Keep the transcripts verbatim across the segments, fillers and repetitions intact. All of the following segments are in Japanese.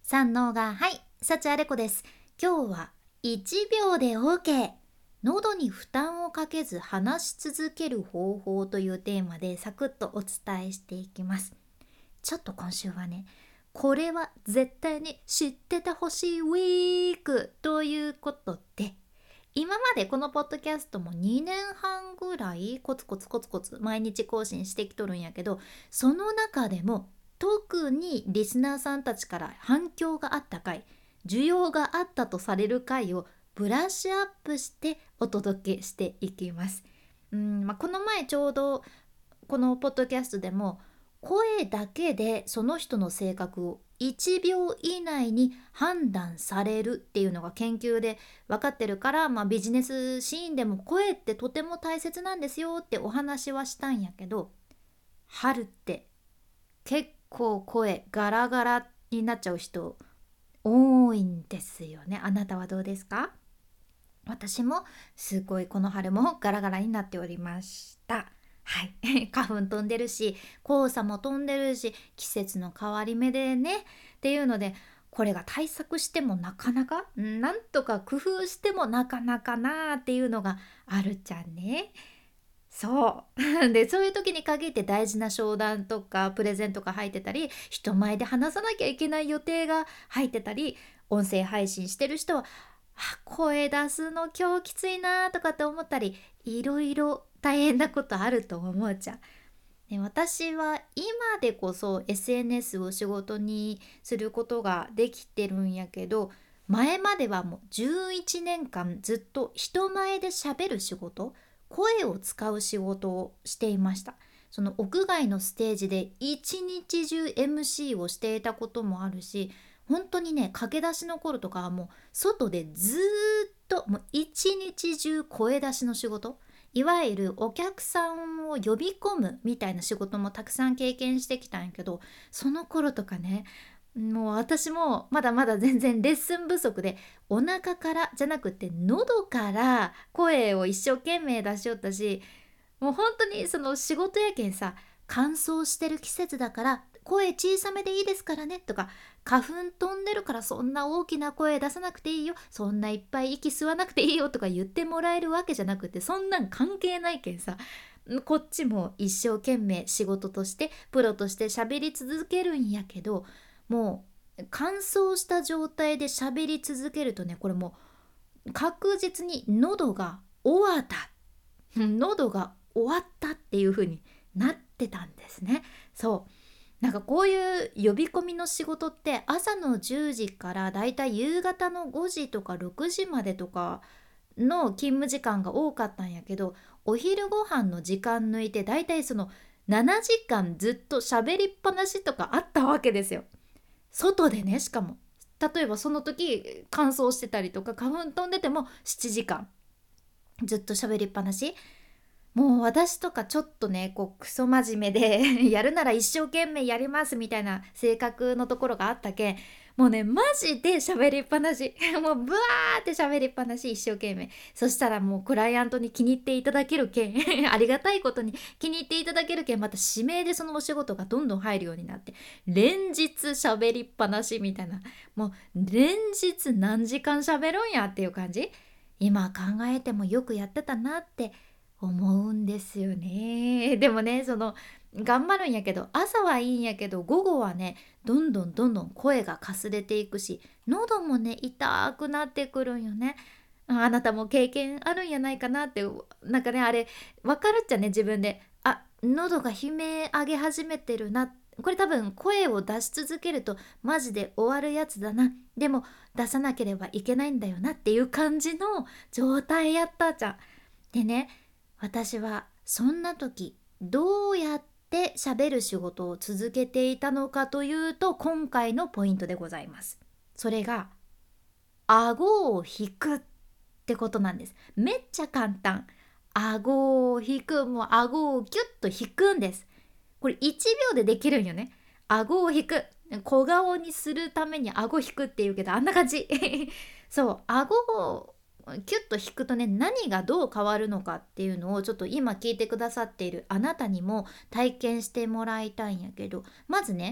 三能がはい、幸あれ子です。今日はいちびょうで OK、 喉に負担をかけず話し続ける方法というテーマでサクッとお伝えしていきます。ちょっと今週はね、これは絶対に知っててほしいウィークということで、今までこのポッドキャストもにねんはんぐらいコツコツコツコツ毎日更新してきとるんやけど、その中でも特にリスナーさんたちから反響があった回、需要があったとされる回をブラッシュアップしてお届けしていきます。うん、まあ、この前ちょうどこのポッドキャストでも声だけでその人の性格をいちびょう以内に判断されるっていうのが研究で分かってるから、まあ、ビジネスシーンでも声ってとても大切なんですよってお話はしたんやけど、春って結構声ガラガラになっちゃう人多いんですよね。あなたはどうですか？私もすごいこの春もガラガラになっておりました。はい花粉飛んでるし、黄砂も飛んでるし、季節の変わり目でねっていうので、これが対策してもなかなか、なんとか工夫してもなかなかなっていうのがあるじゃんね。そうで、そういう時に限って大事な商談とかプレゼントが入ってたり、人前で話さなきゃいけない予定が入ってたり、音声配信してる人はあ声出すの今日きついなとかって思ったり、いろいろ大変なことあると思うじゃん。で、私は今でこそ エスエヌエス を仕事にすることができてるんやけど、前まではもうじゅういちねんかんずっと人前で喋る仕事、声を使う仕事をしていました。その屋外のステージで一日中 エムシー をしていたこともあるし、本当にね、駆け出しの頃とかはもう外でずーっともう一日中声出しの仕事、いわゆるお客さんを呼び込むみたいな仕事もたくさん経験してきたんやけど、その頃とかね、もう私もまだまだ全然レッスン不足で、お腹からじゃなくて喉から声を一生懸命出しよったし、もう本当にその仕事やけんさ、乾燥してる季節だから声小さめでいいですからねとか、花粉飛んでるからそんな大きな声出さなくていいよ、そんないっぱい息吸わなくていいよとか言ってもらえるわけじゃなくて、そんなん関係ないけんさ、こっちも一生懸命仕事としてプロとして喋り続けるんやけど、もう乾燥した状態で喋り続けるとね、これもう確実に喉が終わった喉が終わったっていう風になってたんですね。そうなんかこういう呼び込みの仕事って朝のじゅうじからだいたい夕方のごじとかろくじまでとかの勤務時間が多かったんやけど、お昼ご飯の時間抜いてだいたいそのななじかんずっと喋りっぱなしとかあったわけですよ。外でね、しかも例えばその時乾燥してたりとか花粉飛んでてもななじかんずっと喋りっぱなし。もう私とかちょっとね、こうクソ真面目でやるなら一生懸命やりますみたいな性格のところがあったけん、もうねマジで喋りっぱなしもうブワーって喋りっぱなし、一生懸命。そしたらもうクライアントに気に入っていただけるけんありがたいことに気に入っていただけるけん、また指名でそのお仕事がどんどん入るようになって、連日喋りっぱなしみたいな、もう連日何時間喋るんやっていう感じ。今考えてもよくやってたなって思うんですよね。でもね、その頑張るんやけど朝はいいんやけど、午後はねどんどんどんどん声がかすれていくし、喉もね痛くなってくるんよね。ああなたも経験あるんやないかなって、なんかねあれ分かるっちゃね、自分であ喉が悲鳴上げ始めてるな、これ多分声を出し続けるとマジで終わるやつだな、でも出さなければいけないんだよなっていう感じの状態やったじゃん。でね、私はそんな時どうやって喋る仕事を続けていたのかというと、今回のポイントでございます。それが顎を引くってことなんです。めっちゃ簡単。顎を引く、もう顎をギュッと引くんです。これいちびょうでできるんよね。顎を引く、小顔にするために顎引くっていうけど、あんな感じそう顎をキュッと引くとね、何がどう変わるのかっていうのをちょっと今聞いてくださっているあなたにも体験してもらいたいんやけど、まずね、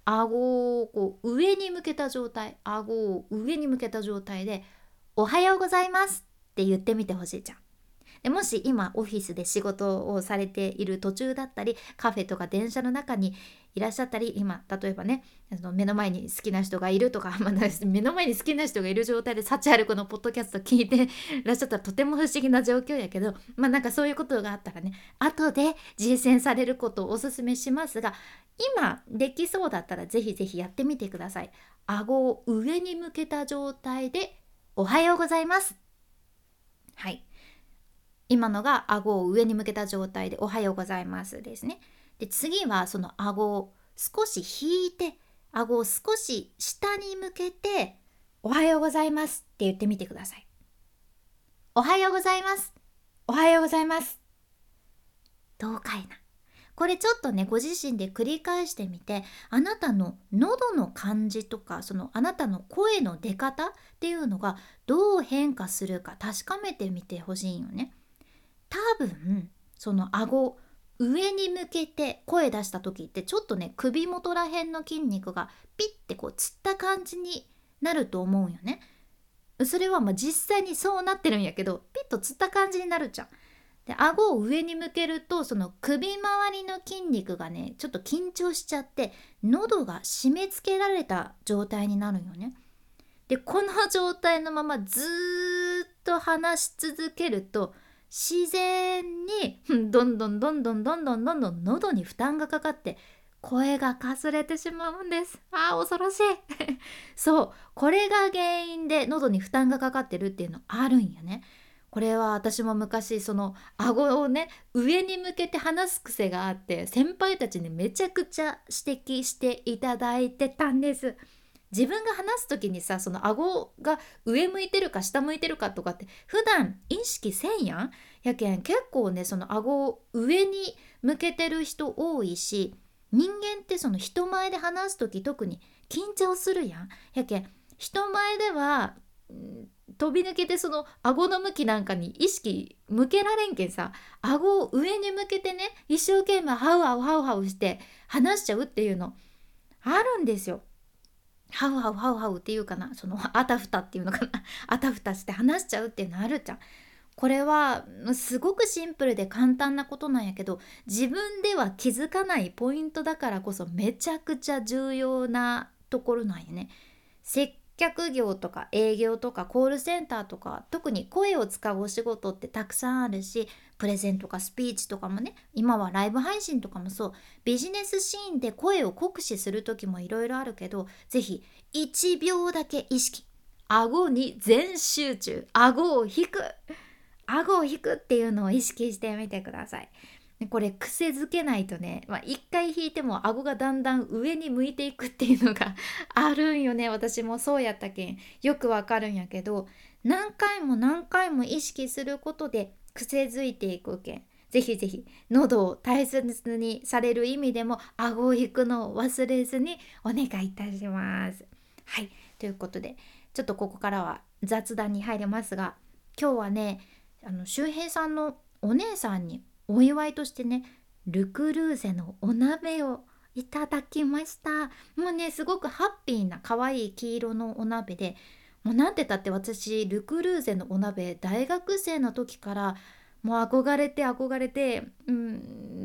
顎をこう上に向けた状態、顎を上に向けた状態でおはようございますって言ってみてほしいじゃん。でもし今オフィスで仕事をされている途中だったり、カフェとか電車の中にいらっしゃったり、今例えばね、あの目の前に好きな人がいるとか、まあ、目の前に好きな人がいる状態で幸あるこのポッドキャスト聞いていらっしゃったらとても不思議な状況やけど、まあなんかそういうことがあったらね、後で実践されることをおすすめしますが、今できそうだったらぜひぜひやってみてください。顎を上に向けた状態でおはようございます。はい、今のが顎を上に向けた状態でおはようございますですね。で、次はその顎を少し引いて、顎を少し下に向けておはようございますって言ってみてください。おはようございます。おはようございます。どうかいな。これちょっとね、ご自身で繰り返してみて、あなたの喉の感じとか、そのあなたの声の出方っていうのがどう変化するか確かめてみてほしいよね。多分その顎上に向けて声出した時ってちょっとね、首元ら辺の筋肉がピッてこうつった感じになると思うよね。それはまあ実際にそうなってるんやけど、ピッとつった感じになるじゃん。で、顎を上に向けるとその首周りの筋肉がねちょっと緊張しちゃって、喉が締め付けられた状態になるよね。で、この状態のままずーっと話し続けると自然にどんどんどんどんどんどんどんどん喉に負担がかかって声がかすれてしまうんです。あー恐ろしいそう、これが原因で喉に負担がかかってるっていうのあるんよね。これは私も昔その顎をね上に向けて話す癖があって、先輩たちにめちゃくちゃ指摘していただいてたんです。自分が話す時にさ、その顎が上向いてるか下向いてるかとかって普段意識せんやん。やけん結構ね、その顎を上に向けてる人多いし、人間ってその人前で話す時特に緊張するやん。やけん人前ではん飛び抜けてその顎の向きなんかに意識向けられんけんさ、顎を上に向けてね一生懸命ハウハウハウハウして話しちゃうっていうのあるんですよ。ハウハウハウハウっていうかな、そのあたふたっていうのかなあたふたして話しちゃうっていうのあるじゃん。これはすごくシンプルで簡単なことなんやけど、自分では気づかないポイントだからこそめちゃくちゃ重要なところなんやね。接客業とか営業とかコールセンターとか、特に声を使うお仕事ってたくさんあるし、プレゼンとかスピーチとかもね、今はライブ配信とかもそう、ビジネスシーンで声を酷使する時もいろいろあるけど、ぜひいちびょうだけ意識、顎に全集中、顎を引く顎を引くっていうのを意識してみてください。これ癖づけないとね、まあ、一回引いても顎がだんだん上に向いていくっていうのがあるんよね。私もそうやったけんよくわかるんやけど、何回も何回も意識することで癖づいていくけん、ぜひぜひ喉を大切にされる意味でも顎を引くのを忘れずにお願いいたします。はい、ということでちょっとここからは雑談に入りますが、今日はね、あの周平さんのお姉さんにお祝いとしてね、ルクルーゼのお鍋をいただきました。もうね、すごくハッピーな可愛い黄色のお鍋で、もうなんてたって私ルクルーゼのお鍋大学生の時からもう憧れて憧れて、うん、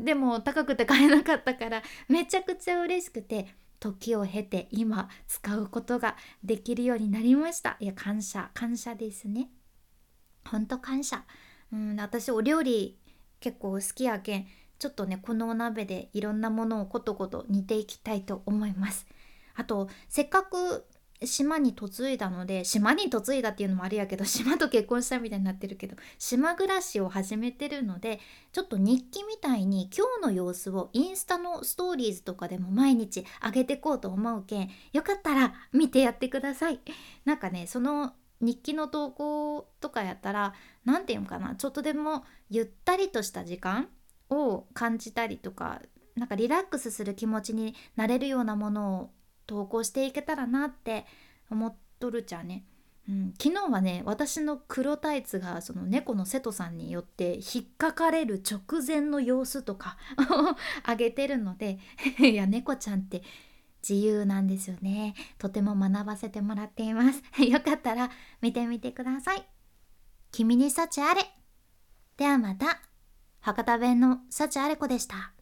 でも高くて買えなかったからめちゃくちゃ嬉しくて、時を経て今使うことができるようになりました。いや、感謝感謝ですね。ほんと感謝。うん、私お料理結構好きやけん、ちょっとねこのお鍋でいろんなものをことこと煮ていきたいと思います。あとせっかく島に嫁いだので、島に嫁いだっていうのもあれやけど、島と結婚したみたいになってるけど、島暮らしを始めてるので、ちょっと日記みたいに今日の様子をインスタのストーリーズとかでも毎日上げてこうと思うけん、よかったら見てやってください。なんかね、その日記の投稿とかやったら、なんていうのかな、ちょっとでもゆったりとした時間を感じたりとか、なんかリラックスする気持ちになれるようなものを投稿していけたらなって思っとるじゃね。うん、昨日はね、私の黒タイツがその猫の瀬戸さんによって引っかかれる直前の様子とかあげてるのでいや猫ちゃんって自由なんですよね。とても学ばせてもらっていますよかったら見てみてください。君に幸あれ。ではまた。博多弁の幸あれ子でした。